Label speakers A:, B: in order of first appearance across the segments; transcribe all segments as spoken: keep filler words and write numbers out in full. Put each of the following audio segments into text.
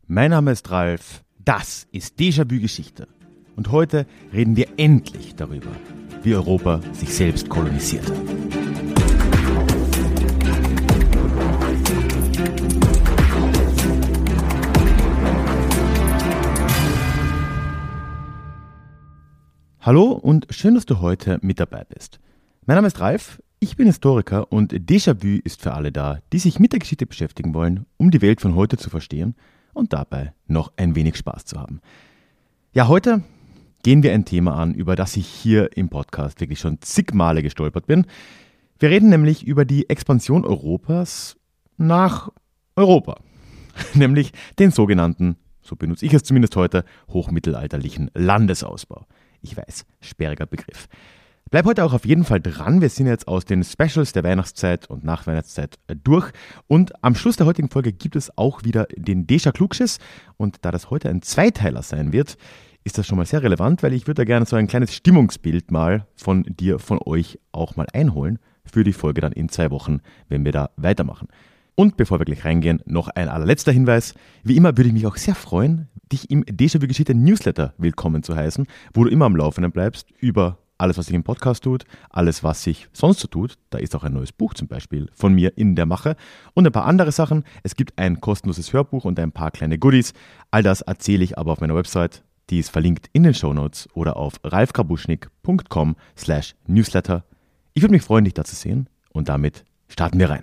A: Mein Name ist Ralf, das ist Déjà-vu Geschichte und heute reden wir endlich darüber, wie Europa sich selbst kolonisiert hat. Hallo und schön, dass du heute mit dabei bist. Mein Name ist Ralf, ich bin Historiker und Déjà-vu ist für alle da, die sich mit der Geschichte beschäftigen wollen, um die Welt von heute zu verstehen und dabei noch ein wenig Spaß zu haben. Ja, heute gehen wir ein Thema an, über das ich hier im Podcast wirklich schon zig Male gestolpert bin. Wir reden nämlich über die Expansion Europas nach Europa, nämlich den sogenannten, so benutze ich es zumindest heute, hochmittelalterlichen Landesausbau. Ich weiß, sperriger Begriff. Bleib heute auch auf jeden Fall dran. Wir sind jetzt aus den Specials der Weihnachtszeit und Nachweihnachtszeit durch. Und am Schluss der heutigen Folge gibt es auch wieder den Déjà-Klugschiss. Und da das heute ein Zweiteiler sein wird, ist das schon mal sehr relevant, weil ich würde da gerne so ein kleines Stimmungsbild mal von dir, von euch auch mal einholen für die Folge dann in zwei Wochen, wenn wir da weitermachen. Und bevor wir gleich reingehen, noch ein allerletzter Hinweis. Wie immer würde ich mich auch sehr freuen, dich im Déjà-vu Geschichte Newsletter willkommen zu heißen, wo du immer am Laufenden bleibst über alles, was sich im Podcast tut, alles, was sich sonst so tut. Da ist auch ein neues Buch zum Beispiel von mir in der Mache und ein paar andere Sachen. Es gibt ein kostenloses Hörbuch und ein paar kleine Goodies. All das erzähle ich aber auf meiner Website. Die ist verlinkt in den Shownotes oder auf ralfkrabuschnik punkt com slash newsletter. Ich würde mich freuen, dich da zu sehen und damit starten wir rein.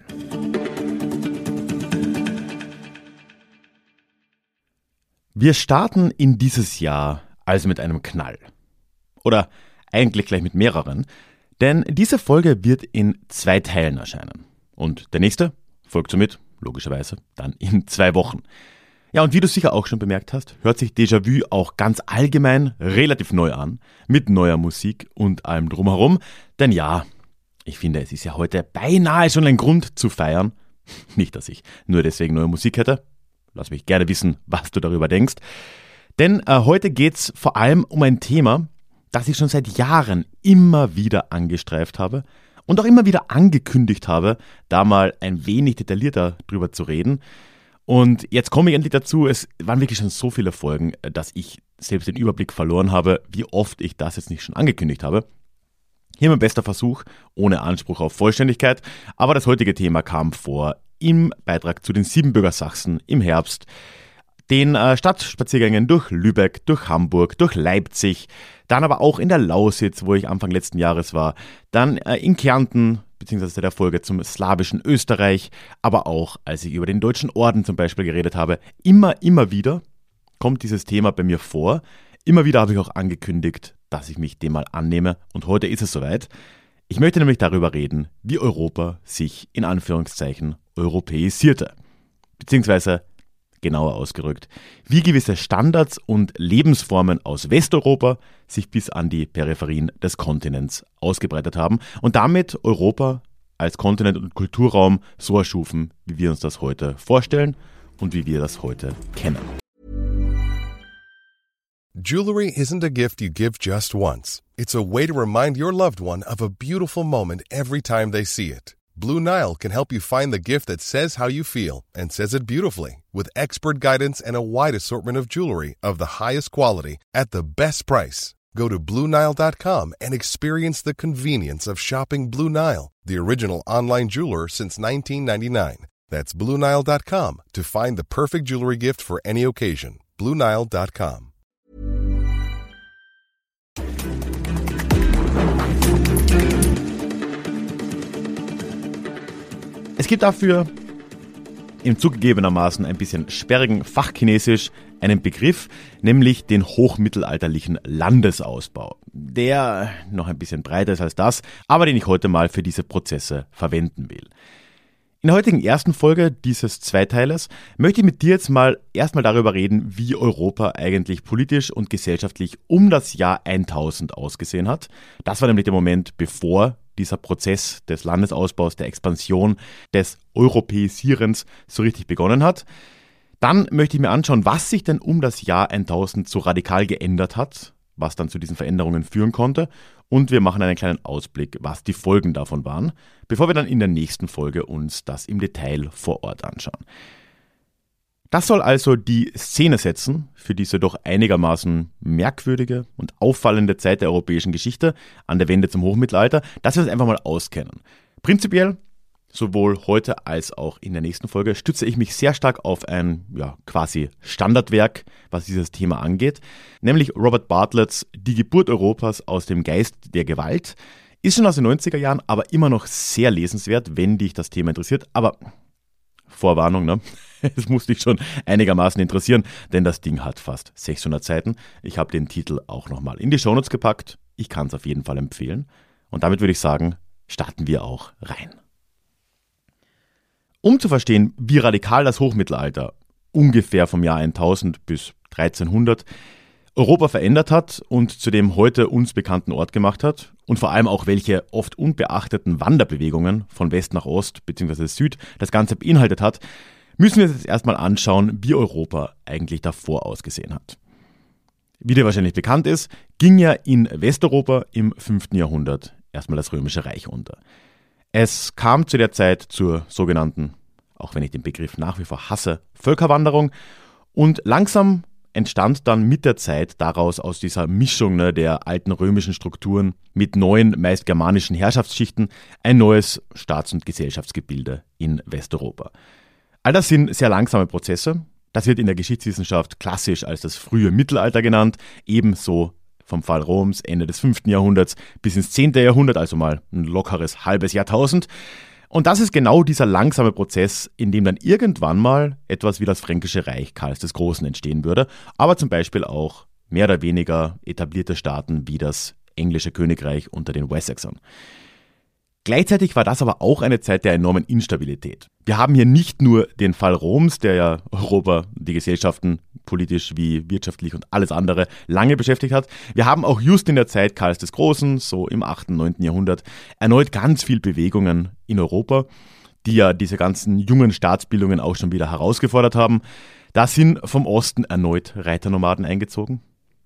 A: Wir starten in dieses Jahr also mit einem Knall. Oder eigentlich gleich mit mehreren, denn diese Folge wird in zwei Teilen erscheinen. Und der nächste folgt somit, logischerweise, dann in zwei Wochen. Ja, und wie du sicher auch schon bemerkt hast, hört sich Déjà-vu auch ganz allgemein relativ neu an, mit neuer Musik und allem drumherum. Denn ja, ich finde, es ist ja heute beinahe schon ein Grund zu feiern. Nicht, dass ich nur deswegen neue Musik hätte. Lass mich gerne wissen, was du darüber denkst. Denn äh, heute geht's vor allem um ein Thema, das ich schon seit Jahren immer wieder angestreift habe und auch immer wieder angekündigt habe, da mal ein wenig detaillierter drüber zu reden. Und jetzt komme ich endlich dazu, es waren wirklich schon so viele Folgen, dass ich selbst den Überblick verloren habe, wie oft ich das jetzt nicht schon angekündigt habe. Hier mein bester Versuch, ohne Anspruch auf Vollständigkeit, aber das heutige Thema kam vor im Beitrag zu den Siebenbürger Sachsen im Herbst, den äh, Stadtspaziergängen durch Lübeck, durch Hamburg, durch Leipzig, dann aber auch in der Lausitz, wo ich Anfang letzten Jahres war, dann äh, in Kärnten, beziehungsweise der Folge zum slawischen Österreich, aber auch, als ich über den Deutschen Orden zum Beispiel geredet habe, immer, immer wieder kommt dieses Thema bei mir vor. Immer wieder habe ich auch angekündigt, dass ich mich dem mal annehme und heute ist es soweit. Ich möchte nämlich darüber reden, wie Europa sich in Anführungszeichen europäisierte, beziehungsweise genauer ausgedrückt, wie gewisse Standards und Lebensformen aus Westeuropa sich bis an die Peripherien des Kontinents ausgebreitet haben und damit Europa als Kontinent und Kulturraum so erschufen, wie wir uns das heute vorstellen und wie wir das heute kennen.
B: Jewelry isn't a gift you give just once. It's a way to remind your loved one of a beautiful moment every time they see it. Blue Nile can help you find the gift that says how you feel and says it beautifully with expert guidance and a wide assortment of jewelry of the highest quality at the best price. Go to Blue Nile dot com and experience the convenience of shopping Blue Nile, the original online jeweler since nineteen ninety-nine. That's Blue Nile dot com to find the perfect jewelry gift for any occasion. Blue Nile dot com.
A: Es gibt dafür im zugegebenermaßen ein bisschen sperrigen Fachchinesisch einen Begriff, nämlich den hochmittelalterlichen Landesausbau, der noch ein bisschen breiter ist als das, aber den ich heute mal für diese Prozesse verwenden will. In der heutigen ersten Folge dieses Zweiteilers möchte ich mit dir jetzt mal erstmal darüber reden, wie Europa eigentlich politisch und gesellschaftlich um das Jahr tausend ausgesehen hat. Das war nämlich der Moment, bevor dieser Prozess des Landesausbaus, der Expansion, des Europäisierens so richtig begonnen hat. Dann möchte ich mir anschauen, was sich denn um das Jahr tausend so radikal geändert hat, was dann zu diesen Veränderungen führen konnte. Und wir machen einen kleinen Ausblick, was die Folgen davon waren, bevor wir dann in der nächsten Folge uns das im Detail vor Ort anschauen. Das soll also die Szene setzen für diese doch einigermaßen merkwürdige und auffallende Zeit der europäischen Geschichte an der Wende zum Hochmittelalter, dass wir uns einfach mal auskennen. Prinzipiell, sowohl heute als auch in der nächsten Folge, stütze ich mich sehr stark auf ein ja, quasi Standardwerk, was dieses Thema angeht, nämlich Robert Bartletts Die Geburt Europas aus dem Geist der Gewalt. Ist schon aus den neunziger Jahren, aber immer noch sehr lesenswert, wenn dich das Thema interessiert. Aber Vorwarnung, ne? Es muss dich schon einigermaßen interessieren, denn das Ding hat fast sechshundert Seiten. Ich habe den Titel auch nochmal in die Shownotes gepackt. Ich kann es auf jeden Fall empfehlen. Und damit würde ich sagen, starten wir auch rein. Um zu verstehen, wie radikal das Hochmittelalter ungefähr vom Jahr tausend bis dreizehnhundert Europa verändert hat und zu dem heute uns bekannten Ort gemacht hat und vor allem auch welche oft unbeachteten Wanderbewegungen von West nach Ost bzw. Süd das Ganze beinhaltet hat, müssen wir uns jetzt erstmal anschauen, wie Europa eigentlich davor ausgesehen hat. Wie dir wahrscheinlich bekannt ist, ging ja in Westeuropa im fünften Jahrhundert erstmal das Römische Reich unter. Es kam zu der Zeit zur sogenannten, auch wenn ich den Begriff nach wie vor hasse, Völkerwanderung und langsam entstand dann mit der Zeit daraus aus dieser Mischung ne, der alten römischen Strukturen mit neuen, meist germanischen Herrschaftsschichten ein neues Staats- und Gesellschaftsgebilde in Westeuropa. All das sind sehr langsame Prozesse. Das wird in der Geschichtswissenschaft klassisch als das frühe Mittelalter genannt, ebenso vom Fall Roms Ende des fünften Jahrhunderts bis ins zehnten Jahrhundert, also mal ein lockeres halbes Jahrtausend. Und das ist genau dieser langsame Prozess, in dem dann irgendwann mal etwas wie das Fränkische Reich Karls des Großen entstehen würde, aber zum Beispiel auch mehr oder weniger etablierte Staaten wie das englische Königreich unter den Wessexern. Gleichzeitig war das aber auch eine Zeit der enormen Instabilität. Wir haben hier nicht nur den Fall Roms, der ja Europa, die Gesellschaften, politisch wie wirtschaftlich und alles andere lange beschäftigt hat. Wir haben auch just in der Zeit Karls des Großen, so im achten, neunten Jahrhundert, erneut ganz viel Bewegungen in Europa, die ja diese ganzen jungen Staatsbildungen auch schon wieder herausgefordert haben. Da sind vom Osten erneut Reiternomaden eingezogen.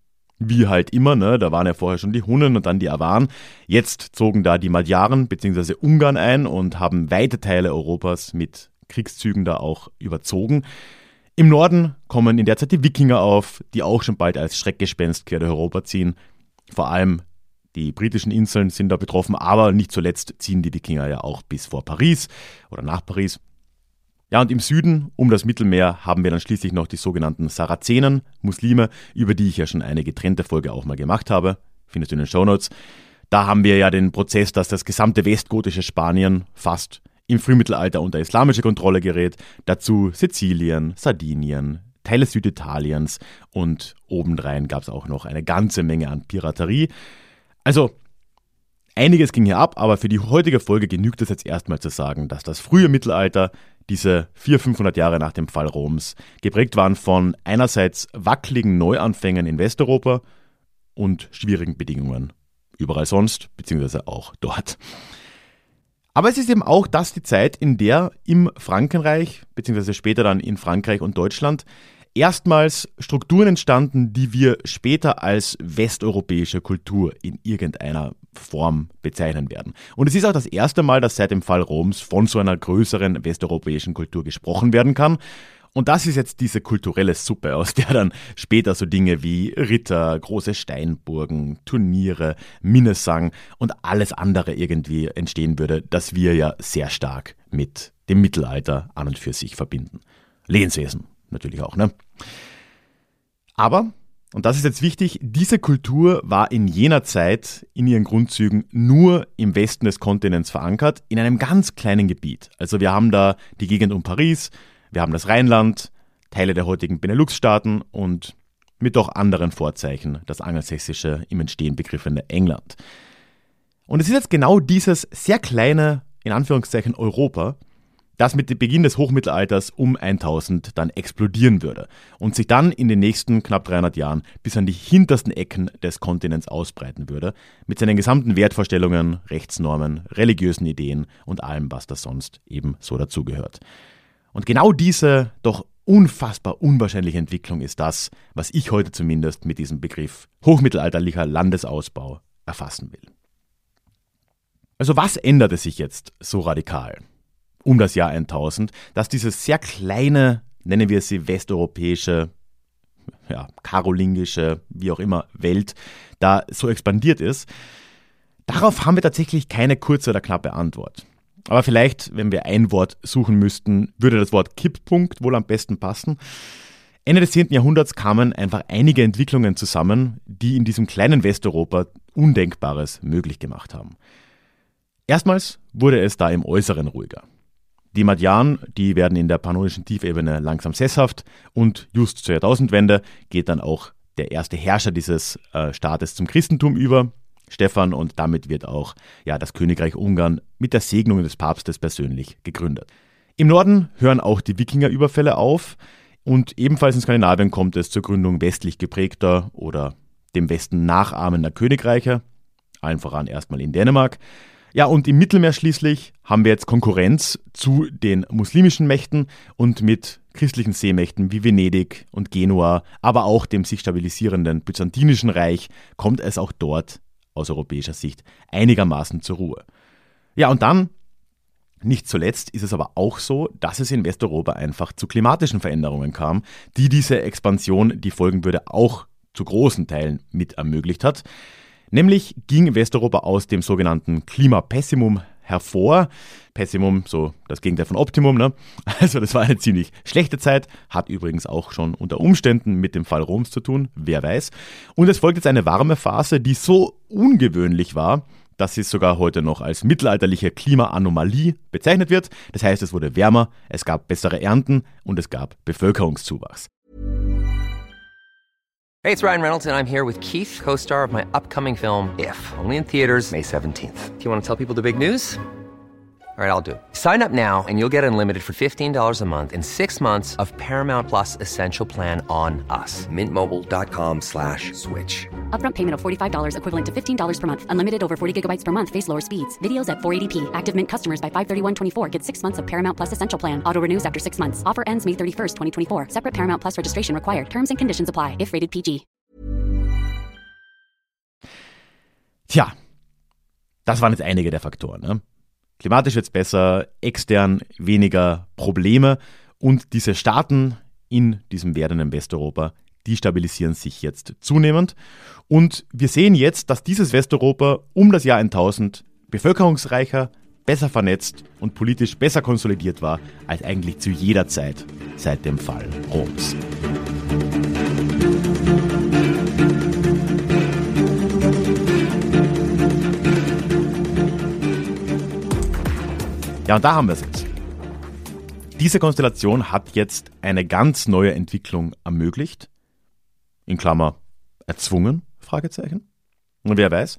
A: Wie halt immer, ne? Da waren ja vorher schon die Hunnen und dann die Awaren. Jetzt zogen da die Magyaren bzw. Ungarn ein und haben weite Teile Europas mit Kriegszügen da auch überzogen. Im Norden kommen in der Zeit die Wikinger auf, die auch schon bald als Schreckgespenst quer durch Europa ziehen. Vor allem die britischen Inseln sind da betroffen, aber nicht zuletzt ziehen die Wikinger ja auch bis vor Paris oder nach Paris. Ja, und im Süden, um das Mittelmeer, haben wir dann schließlich noch die sogenannten Sarazenen, Muslime, über die ich ja schon eine getrennte Folge auch mal gemacht habe. Findest du in den Shownotes. Da haben wir ja den Prozess, dass das gesamte westgotische Spanien fast im Frühmittelalter unter islamische Kontrolle gerät. Dazu Sizilien, Sardinien, Teile Süditaliens und obendrein gab es auch noch eine ganze Menge an Piraterie. Also einiges ging hier ab, aber für die heutige Folge genügt es jetzt erstmal zu sagen, dass das frühe Mittelalter, diese vierhundert, fünfhundert Jahre nach dem Fall Roms, geprägt waren von einerseits wackeligen Neuanfängen in Westeuropa und schwierigen Bedingungen überall sonst, beziehungsweise auch dort. Aber es ist eben auch das die Zeit, in der im Frankenreich, beziehungsweise später dann in Frankreich und Deutschland, erstmals Strukturen entstanden, die wir später als westeuropäische Kultur in irgendeiner Form bezeichnen werden. Und es ist auch das erste Mal, dass seit dem Fall Roms von so einer größeren westeuropäischen Kultur gesprochen werden kann. Und das ist jetzt diese kulturelle Suppe, aus der dann später so Dinge wie Ritter, große Steinburgen, Turniere, Minnesang und alles andere irgendwie entstehen würde, das wir ja sehr stark mit dem Mittelalter an und für sich verbinden. Lehenswesen natürlich auch, ne? Aber, und das ist jetzt wichtig, diese Kultur war in jener Zeit in ihren Grundzügen nur im Westen des Kontinents verankert, in einem ganz kleinen Gebiet. Also wir haben da die Gegend um Paris, wir haben das Rheinland, Teile der heutigen Benelux-Staaten und mit doch anderen Vorzeichen das angelsächsische, im Entstehen begriffene England. Und es ist jetzt genau dieses sehr kleine, in Anführungszeichen, Europa, das mit dem Beginn des Hochmittelalters um tausend dann explodieren würde und sich dann in den nächsten knapp dreihundert Jahren bis an die hintersten Ecken des Kontinents ausbreiten würde, mit seinen gesamten Wertvorstellungen, Rechtsnormen, religiösen Ideen und allem, was da sonst eben so dazugehört. Und genau diese doch unfassbar unwahrscheinliche Entwicklung ist das, was ich heute zumindest mit diesem Begriff hochmittelalterlicher Landesausbau erfassen will. Also was änderte sich jetzt so radikal um das Jahr tausend, dass dieses sehr kleine nennen wir sie westeuropäische, ja, karolingische, wie auch immer, Welt da so expandiert ist. Darauf haben wir tatsächlich keine kurze oder knappe Antwort. Aber vielleicht, wenn wir ein Wort suchen müssten, würde das Wort Kipppunkt wohl am besten passen. Ende des zehnten Jahrhunderts kamen einfach einige Entwicklungen zusammen, die in diesem kleinen Westeuropa Undenkbares möglich gemacht haben. Erstmals wurde es da im Äußeren ruhiger. Die Magyaren, die werden in der pannonischen Tiefebene langsam sesshaft und just zur Jahrtausendwende geht dann auch der erste Herrscher dieses äh, Staates zum Christentum über, Stephan, und damit wird auch ja, das Königreich Ungarn mit der Segnung des Papstes persönlich gegründet. Im Norden hören auch die Wikingerüberfälle auf und ebenfalls in Skandinavien kommt es zur Gründung westlich geprägter oder dem Westen nachahmender Königreiche, allen voran erstmal in Dänemark. Ja, und im Mittelmeer schließlich haben wir jetzt Konkurrenz zu den muslimischen Mächten und mit christlichen Seemächten wie Venedig und Genua, aber auch dem sich stabilisierenden Byzantinischen Reich kommt es auch dort aus europäischer Sicht einigermaßen zur Ruhe. Ja, und dann, nicht zuletzt, ist es aber auch so, dass es in Westeuropa einfach zu klimatischen Veränderungen kam, die diese Expansion, die folgen würde, auch zu großen Teilen mit ermöglicht hat. Nämlich ging Westeuropa aus dem sogenannten Klimapessimum hervor. Pessimum, so das Gegenteil von Optimum, ne? Also das war eine ziemlich schlechte Zeit, hat übrigens auch schon unter Umständen mit dem Fall Roms zu tun, wer weiß. Und es folgt jetzt eine warme Phase, die so ungewöhnlich war, dass sie sogar heute noch als mittelalterliche Klimaanomalie bezeichnet wird. Das heißt, es wurde wärmer, es gab bessere Ernten und es gab Bevölkerungszuwachs.
C: Hey, it's Ryan Reynolds, and I'm here with Keith, co-star of my upcoming film, If, only in theaters May seventeenth. Do you want to tell people the big news? All right, I'll do it. Sign up now and you'll get unlimited for fifteen dollars a month and six months of Paramount Plus Essential Plan on us. Mint Mobile dot com slash switch.
D: Upfront payment of forty-five dollars equivalent to fifteen dollars per month. Unlimited over forty gigabytes per month. Face lower speeds. Videos at four eighty p. Active Mint customers by five thirty-one twenty-four get six months of Paramount Plus Essential Plan. Auto renews after six months. Offer ends May thirty-first, twenty twenty-four. Separate Paramount Plus registration required. Terms and conditions apply if rated P G.
A: Tja, das waren jetzt einige der Faktoren, ne? Klimatisch wird es besser, extern weniger Probleme und diese Staaten in diesem werdenden Westeuropa, die stabilisieren sich jetzt zunehmend. Und wir sehen jetzt, dass dieses Westeuropa um das Jahr tausend bevölkerungsreicher, besser vernetzt und politisch besser konsolidiert war als eigentlich zu jeder Zeit seit dem Fall Roms. Ja, und da haben wir es jetzt. Diese Konstellation hat jetzt eine ganz neue Entwicklung ermöglicht. In Klammer erzwungen, Fragezeichen. Und wer weiß.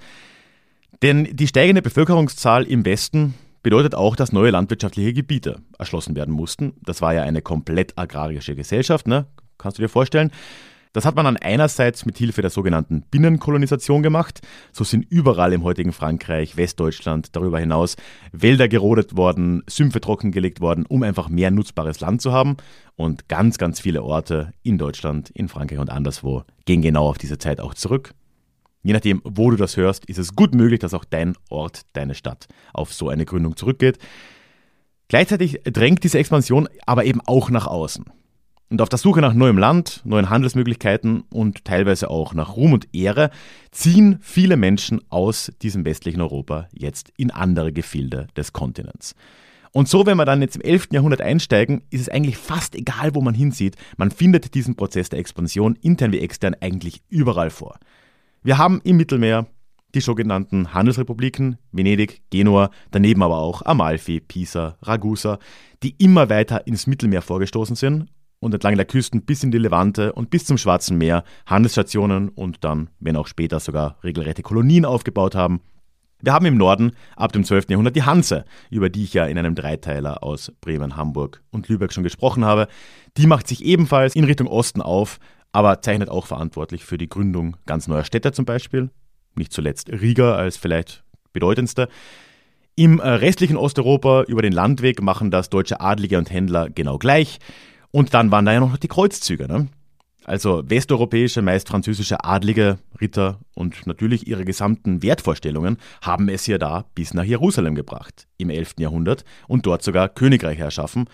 A: Denn die steigende Bevölkerungszahl im Westen bedeutet auch, dass neue landwirtschaftliche Gebiete erschlossen werden mussten. Das war ja eine komplett agrarische Gesellschaft, ne? Kannst du dir vorstellen? Das hat man dann einerseits mit Hilfe der sogenannten Binnenkolonisation gemacht. So sind überall im heutigen Frankreich, Westdeutschland, darüber hinaus Wälder gerodet worden, Sümpfe trockengelegt worden, um einfach mehr nutzbares Land zu haben. Und ganz, ganz viele Orte in Deutschland, in Frankreich und anderswo gehen genau auf diese Zeit auch zurück. Je nachdem, wo du das hörst, ist es gut möglich, dass auch dein Ort, deine Stadt auf so eine Gründung zurückgeht. Gleichzeitig drängt diese Expansion aber eben auch nach außen. Und auf der Suche nach neuem Land, neuen Handelsmöglichkeiten und teilweise auch nach Ruhm und Ehre ziehen viele Menschen aus diesem westlichen Europa jetzt in andere Gefilde des Kontinents. Und so, wenn wir dann jetzt im elften Jahrhundert einsteigen, ist es eigentlich fast egal, wo man hinsieht. Man findet diesen Prozess der Expansion, intern wie extern, eigentlich überall vor. Wir haben im Mittelmeer die sogenannten Handelsrepubliken, Venedig, Genua, daneben aber auch Amalfi, Pisa, Ragusa, die immer weiter ins Mittelmeer vorgestoßen sind und entlang der Küsten bis in die Levante und bis zum Schwarzen Meer Handelsstationen und dann, wenn auch später, sogar regelrechte Kolonien aufgebaut haben. Wir haben im Norden ab dem zwölften Jahrhundert die Hanse, über die ich ja in einem Dreiteiler aus Bremen, Hamburg und Lübeck schon gesprochen habe. Die macht sich ebenfalls in Richtung Osten auf, aber zeichnet auch verantwortlich für die Gründung ganz neuer Städte zum Beispiel. Nicht zuletzt Riga als vielleicht bedeutendste. Im restlichen Osteuropa über den Landweg machen das deutsche Adlige und Händler genau gleich. Und dann waren da ja noch die Kreuzzüge, ne? Also westeuropäische, meist französische Adlige, Ritter und natürlich ihre gesamten Wertvorstellungen haben es ja da bis nach Jerusalem gebracht im elften Jahrhundert und dort sogar Königreiche erschaffen.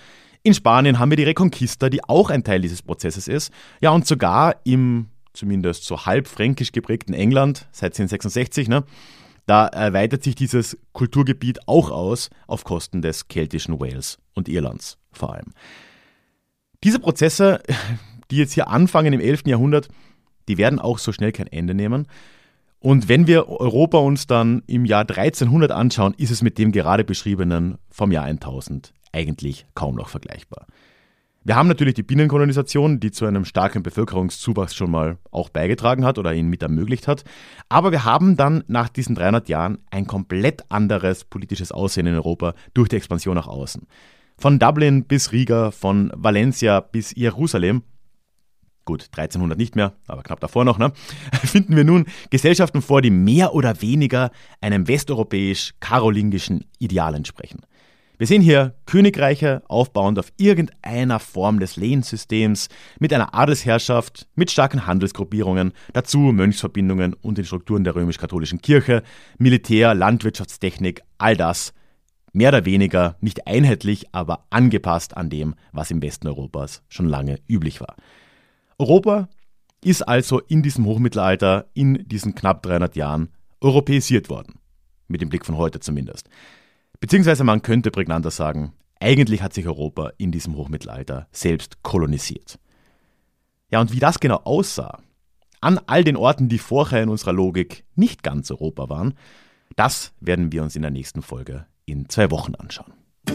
A: In Spanien haben wir die Reconquista, die auch ein Teil dieses Prozesses ist. Ja, und sogar im zumindest so halb fränkisch geprägten England seit zehnhundertsechsundsechzig, ne, da erweitert sich dieses Kulturgebiet auch aus auf Kosten des keltischen Wales und Irlands vor allem. Diese Prozesse, die jetzt hier anfangen im elften Jahrhundert, die werden auch so schnell kein Ende nehmen. Und wenn wir Europa uns dann im Jahr dreizehnhundert anschauen, ist es mit dem gerade beschriebenen vom Jahr tausend eigentlich kaum noch vergleichbar. Wir haben natürlich die Binnenkolonisation, die zu einem starken Bevölkerungszuwachs schon mal auch beigetragen hat oder ihn mit ermöglicht hat. Aber wir haben dann nach diesen dreihundert Jahren ein komplett anderes politisches Aussehen in Europa durch die Expansion nach außen. Von Dublin bis Riga, von Valencia bis Jerusalem, gut, dreizehnhundert nicht mehr, aber knapp davor noch, ne, finden wir nun Gesellschaften vor, die mehr oder weniger einem westeuropäisch-karolingischen Ideal entsprechen. Wir sehen hier Königreiche aufbauend auf irgendeiner Form des Lehensystems, mit einer Adelsherrschaft, mit starken Handelsgruppierungen, dazu Mönchsverbindungen und den Strukturen der römisch-katholischen Kirche, Militär, Landwirtschaftstechnik, all das mehr oder weniger nicht einheitlich, aber angepasst an dem, was im Westen Europas schon lange üblich war. Europa ist also in diesem Hochmittelalter, in diesen knapp dreihundert Jahren, europäisiert worden. Mit dem Blick von heute zumindest. Beziehungsweise man könnte prägnanter sagen, eigentlich hat sich Europa in diesem Hochmittelalter selbst kolonisiert. Ja, und wie das genau aussah, an all den Orten, die vorher in unserer Logik nicht ganz Europa waren, das werden wir uns in der nächsten Folge in zwei Wochen anschauen.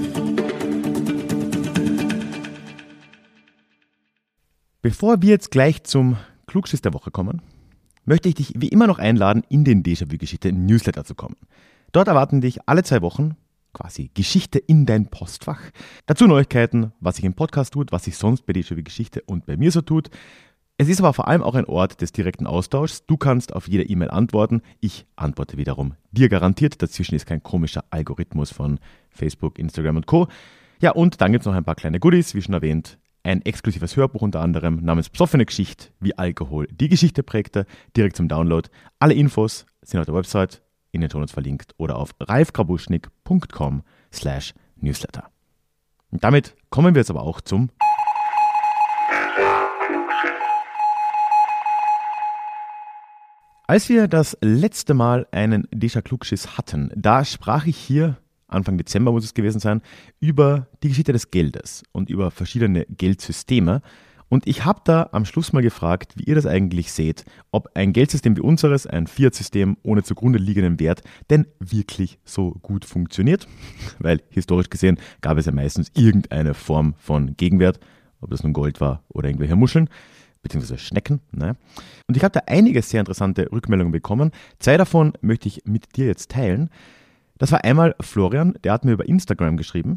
A: Bevor wir jetzt gleich zum Klugschiss der Woche kommen, möchte ich dich wie immer noch einladen, in den Déjà-vu-Geschichte-Newsletter zu kommen. Dort erwarten dich alle zwei Wochen quasi Geschichte in dein Postfach. Dazu Neuigkeiten, was sich im Podcast tut, was sich sonst bei Déjà-vu-Geschichte und bei mir so tut. Es ist aber vor allem auch ein Ort des direkten Austauschs. Du kannst auf jede E-Mail antworten. Ich antworte wiederum dir garantiert. Dazwischen ist kein komischer Algorithmus von Facebook, Instagram und Co. Ja, und dann gibt es noch ein paar kleine Goodies, wie schon erwähnt. Ein exklusives Hörbuch unter anderem namens Psoffene Geschichte, wie Alkohol die Geschichte prägte, direkt zum Download. Alle Infos sind auf der Website, in den Shownotes verlinkt oder auf ralfgrabuschnik punkt com slash newsletter. Und damit kommen wir jetzt aber auch zum Als wir das letzte Mal einen Déjà-Klugschiss hatten, da sprach ich hier, Anfang Dezember muss es gewesen sein, über die Geschichte des Geldes und über verschiedene Geldsysteme. Und ich habe da am Schluss mal gefragt, wie ihr das eigentlich seht, ob ein Geldsystem wie unseres, ein Fiat-System ohne zugrunde liegenden Wert, denn wirklich so gut funktioniert. Weil historisch gesehen gab es ja meistens irgendeine Form von Gegenwert, ob das nun Gold war oder irgendwelche Muscheln, beziehungsweise Schnecken. Ne? Und ich habe da einige sehr interessante Rückmeldungen bekommen. Zwei davon möchte ich mit dir jetzt teilen. Das war einmal Florian, der hat mir über Instagram geschrieben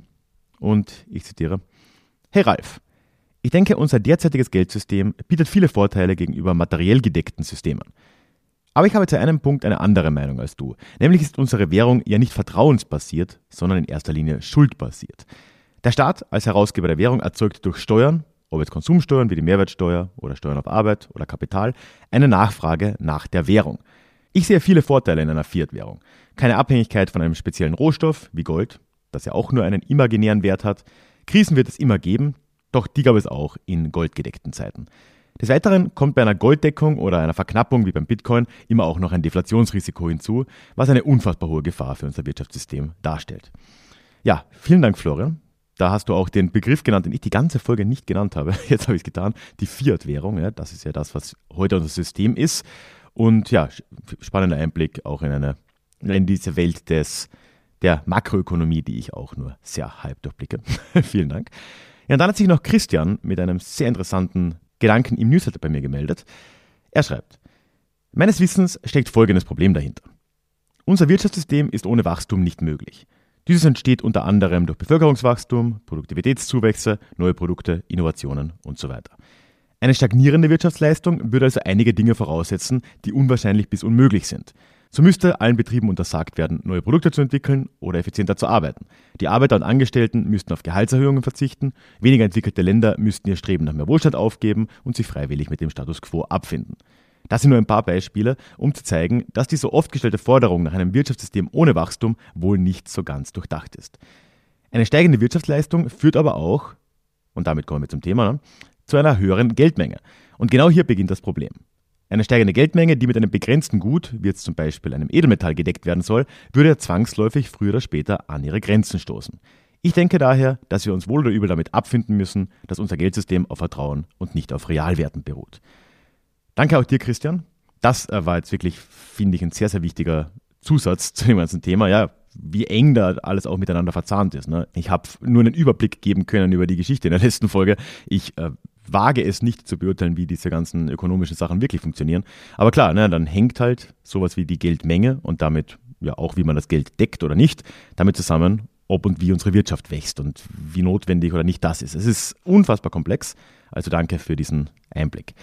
A: und ich zitiere: Hey Ralf, ich denke, unser derzeitiges Geldsystem bietet viele Vorteile gegenüber materiell gedeckten Systemen. Aber ich habe zu einem Punkt eine andere Meinung als du. Nämlich ist unsere Währung ja nicht vertrauensbasiert, sondern in erster Linie schuldbasiert. Der Staat als Herausgeber der Währung erzeugt durch Steuern, ob jetzt Konsumsteuern wie die Mehrwertsteuer oder Steuern auf Arbeit oder Kapital, eine Nachfrage nach der Währung. Ich sehe viele Vorteile in einer Fiat-Währung. Keine Abhängigkeit von einem speziellen Rohstoff wie Gold, das ja auch nur einen imaginären Wert hat. Krisen wird es immer geben, doch die gab es auch in goldgedeckten Zeiten. Des Weiteren kommt bei einer Golddeckung oder einer Verknappung wie beim Bitcoin immer auch noch ein Deflationsrisiko hinzu, was eine unfassbar hohe Gefahr für unser Wirtschaftssystem darstellt. Ja, vielen Dank, Florian. Da hast du auch den Begriff genannt, den ich die ganze Folge nicht genannt habe. Jetzt habe ich es getan. Die Fiat-Währung, ja, das ist ja das, was heute unser System ist. Und ja, spannender Einblick auch in eine in diese Welt des der Makroökonomie, die ich auch nur sehr halb durchblicke. Vielen Dank. Ja, und dann hat sich noch Christian mit einem sehr interessanten Gedanken im Newsletter bei mir gemeldet. Er schreibt: Meines Wissens steckt folgendes Problem dahinter. Unser Wirtschaftssystem ist ohne Wachstum nicht möglich. Dieses entsteht unter anderem durch Bevölkerungswachstum, Produktivitätszuwächse, neue Produkte, Innovationen und so weiter. Eine stagnierende Wirtschaftsleistung würde also einige Dinge voraussetzen, die unwahrscheinlich bis unmöglich sind. So müsste allen Betrieben untersagt werden, neue Produkte zu entwickeln oder effizienter zu arbeiten. Die Arbeiter und Angestellten müssten auf Gehaltserhöhungen verzichten, weniger entwickelte Länder müssten ihr Streben nach mehr Wohlstand aufgeben und sich freiwillig mit dem Status quo abfinden. Das sind nur ein paar Beispiele, um zu zeigen, dass die so oft gestellte Forderung nach einem Wirtschaftssystem ohne Wachstum wohl nicht so ganz durchdacht ist. Eine steigende Wirtschaftsleistung führt aber auch und damit kommen wir zum Thema, ne, zu einer höheren Geldmenge. Und genau hier beginnt das Problem. Eine steigende Geldmenge, die mit einem begrenzten Gut, wie jetzt zum Beispiel einem Edelmetall, gedeckt werden soll, würde ja zwangsläufig früher oder später an ihre Grenzen stoßen. Ich denke daher, dass wir uns wohl oder übel damit abfinden müssen, dass unser Geldsystem auf Vertrauen und nicht auf Realwerten beruht. Danke auch dir, Christian. Das war jetzt wirklich, finde ich, ein sehr, sehr wichtiger Zusatz zu dem ganzen Thema. Ja, wie eng da alles auch miteinander verzahnt ist. Ne? Ich habe nur einen Überblick geben können über die Geschichte in der letzten Folge. Ich äh, wage es nicht zu beurteilen, wie diese ganzen ökonomischen Sachen wirklich funktionieren. Aber klar, ne, dann hängt halt sowas wie die Geldmenge und damit ja auch, wie man das Geld deckt oder nicht, damit zusammen, ob und wie unsere Wirtschaft wächst und wie notwendig oder nicht das ist. Es ist unfassbar komplex. Also danke für diesen Einblick.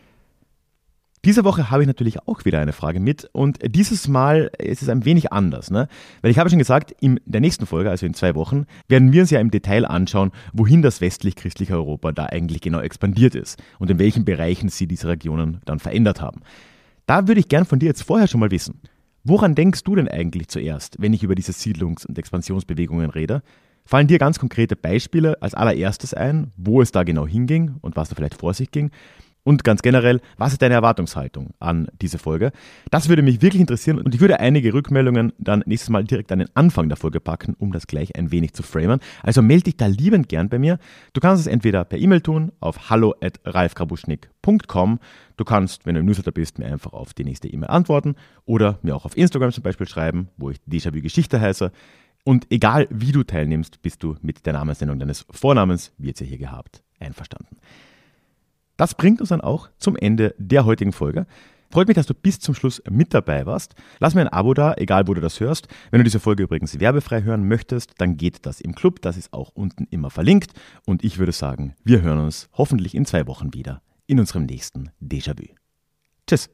A: Diese Woche habe ich natürlich auch wieder eine Frage mit und dieses Mal ist es ein wenig anders, ne? Weil ich habe schon gesagt, in der nächsten Folge, also in zwei Wochen, werden wir uns ja im Detail anschauen, wohin das westlich-christliche Europa da eigentlich genau expandiert ist und in welchen Bereichen sie diese Regionen dann verändert haben. Da würde ich gern von dir jetzt vorher schon mal wissen, woran denkst du denn eigentlich zuerst, wenn ich über diese Siedlungs- und Expansionsbewegungen rede? Fallen dir ganz konkrete Beispiele als allererstes ein, wo es da genau hinging und was da vielleicht vor sich ging? Und ganz generell, was ist deine Erwartungshaltung an diese Folge? Das würde mich wirklich interessieren und ich würde einige Rückmeldungen dann nächstes Mal direkt an den Anfang der Folge packen, um das gleich ein wenig zu framen. Also melde dich da liebend gern bei mir. Du kannst es entweder per E-Mail tun auf hallo at ralf krabuschnik punkt com. Du kannst, wenn du im Newsletter bist, mir einfach auf die nächste E-Mail antworten oder mir auch auf Instagram zum Beispiel schreiben, wo ich Déjà-vu Geschichte heiße. Und egal wie du teilnimmst, bist du mit der Namensnennung deines Vornamens, wie jetzt ja hier gehabt, einverstanden. Das bringt uns dann auch zum Ende der heutigen Folge. Freut mich, dass du bis zum Schluss mit dabei warst. Lass mir ein Abo da, egal wo du das hörst. Wenn du diese Folge übrigens werbefrei hören möchtest, dann geht das im Club. Das ist auch unten immer verlinkt. Und ich würde sagen, wir hören uns hoffentlich in zwei Wochen wieder in unserem nächsten Déjà-vu. Tschüss.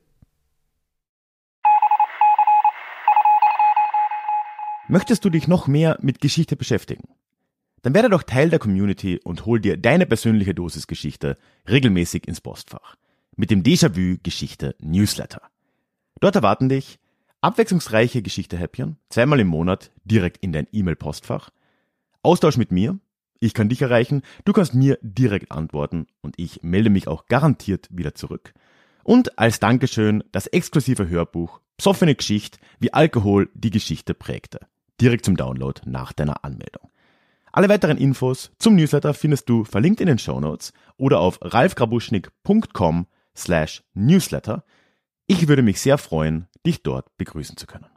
A: Möchtest du dich noch mehr mit Geschichte beschäftigen? Dann werde doch Teil der Community und hol dir deine persönliche Dosis Geschichte regelmäßig ins Postfach. Mit dem Déjà-vu Geschichte Newsletter. Dort erwarten dich abwechslungsreiche Geschichte-Häppchen, zweimal im Monat direkt in dein E-Mail-Postfach. Austausch mit mir, ich kann dich erreichen, du kannst mir direkt antworten und ich melde mich auch garantiert wieder zurück. Und als Dankeschön das exklusive Hörbuch Psoffene Geschichte, wie Alkohol die Geschichte prägte. Direkt zum Download nach deiner Anmeldung. Alle weiteren Infos zum Newsletter findest du verlinkt in den Shownotes oder auf ralf krabuschnik punkt com slash newsletter. Ich würde mich sehr freuen, dich dort begrüßen zu können.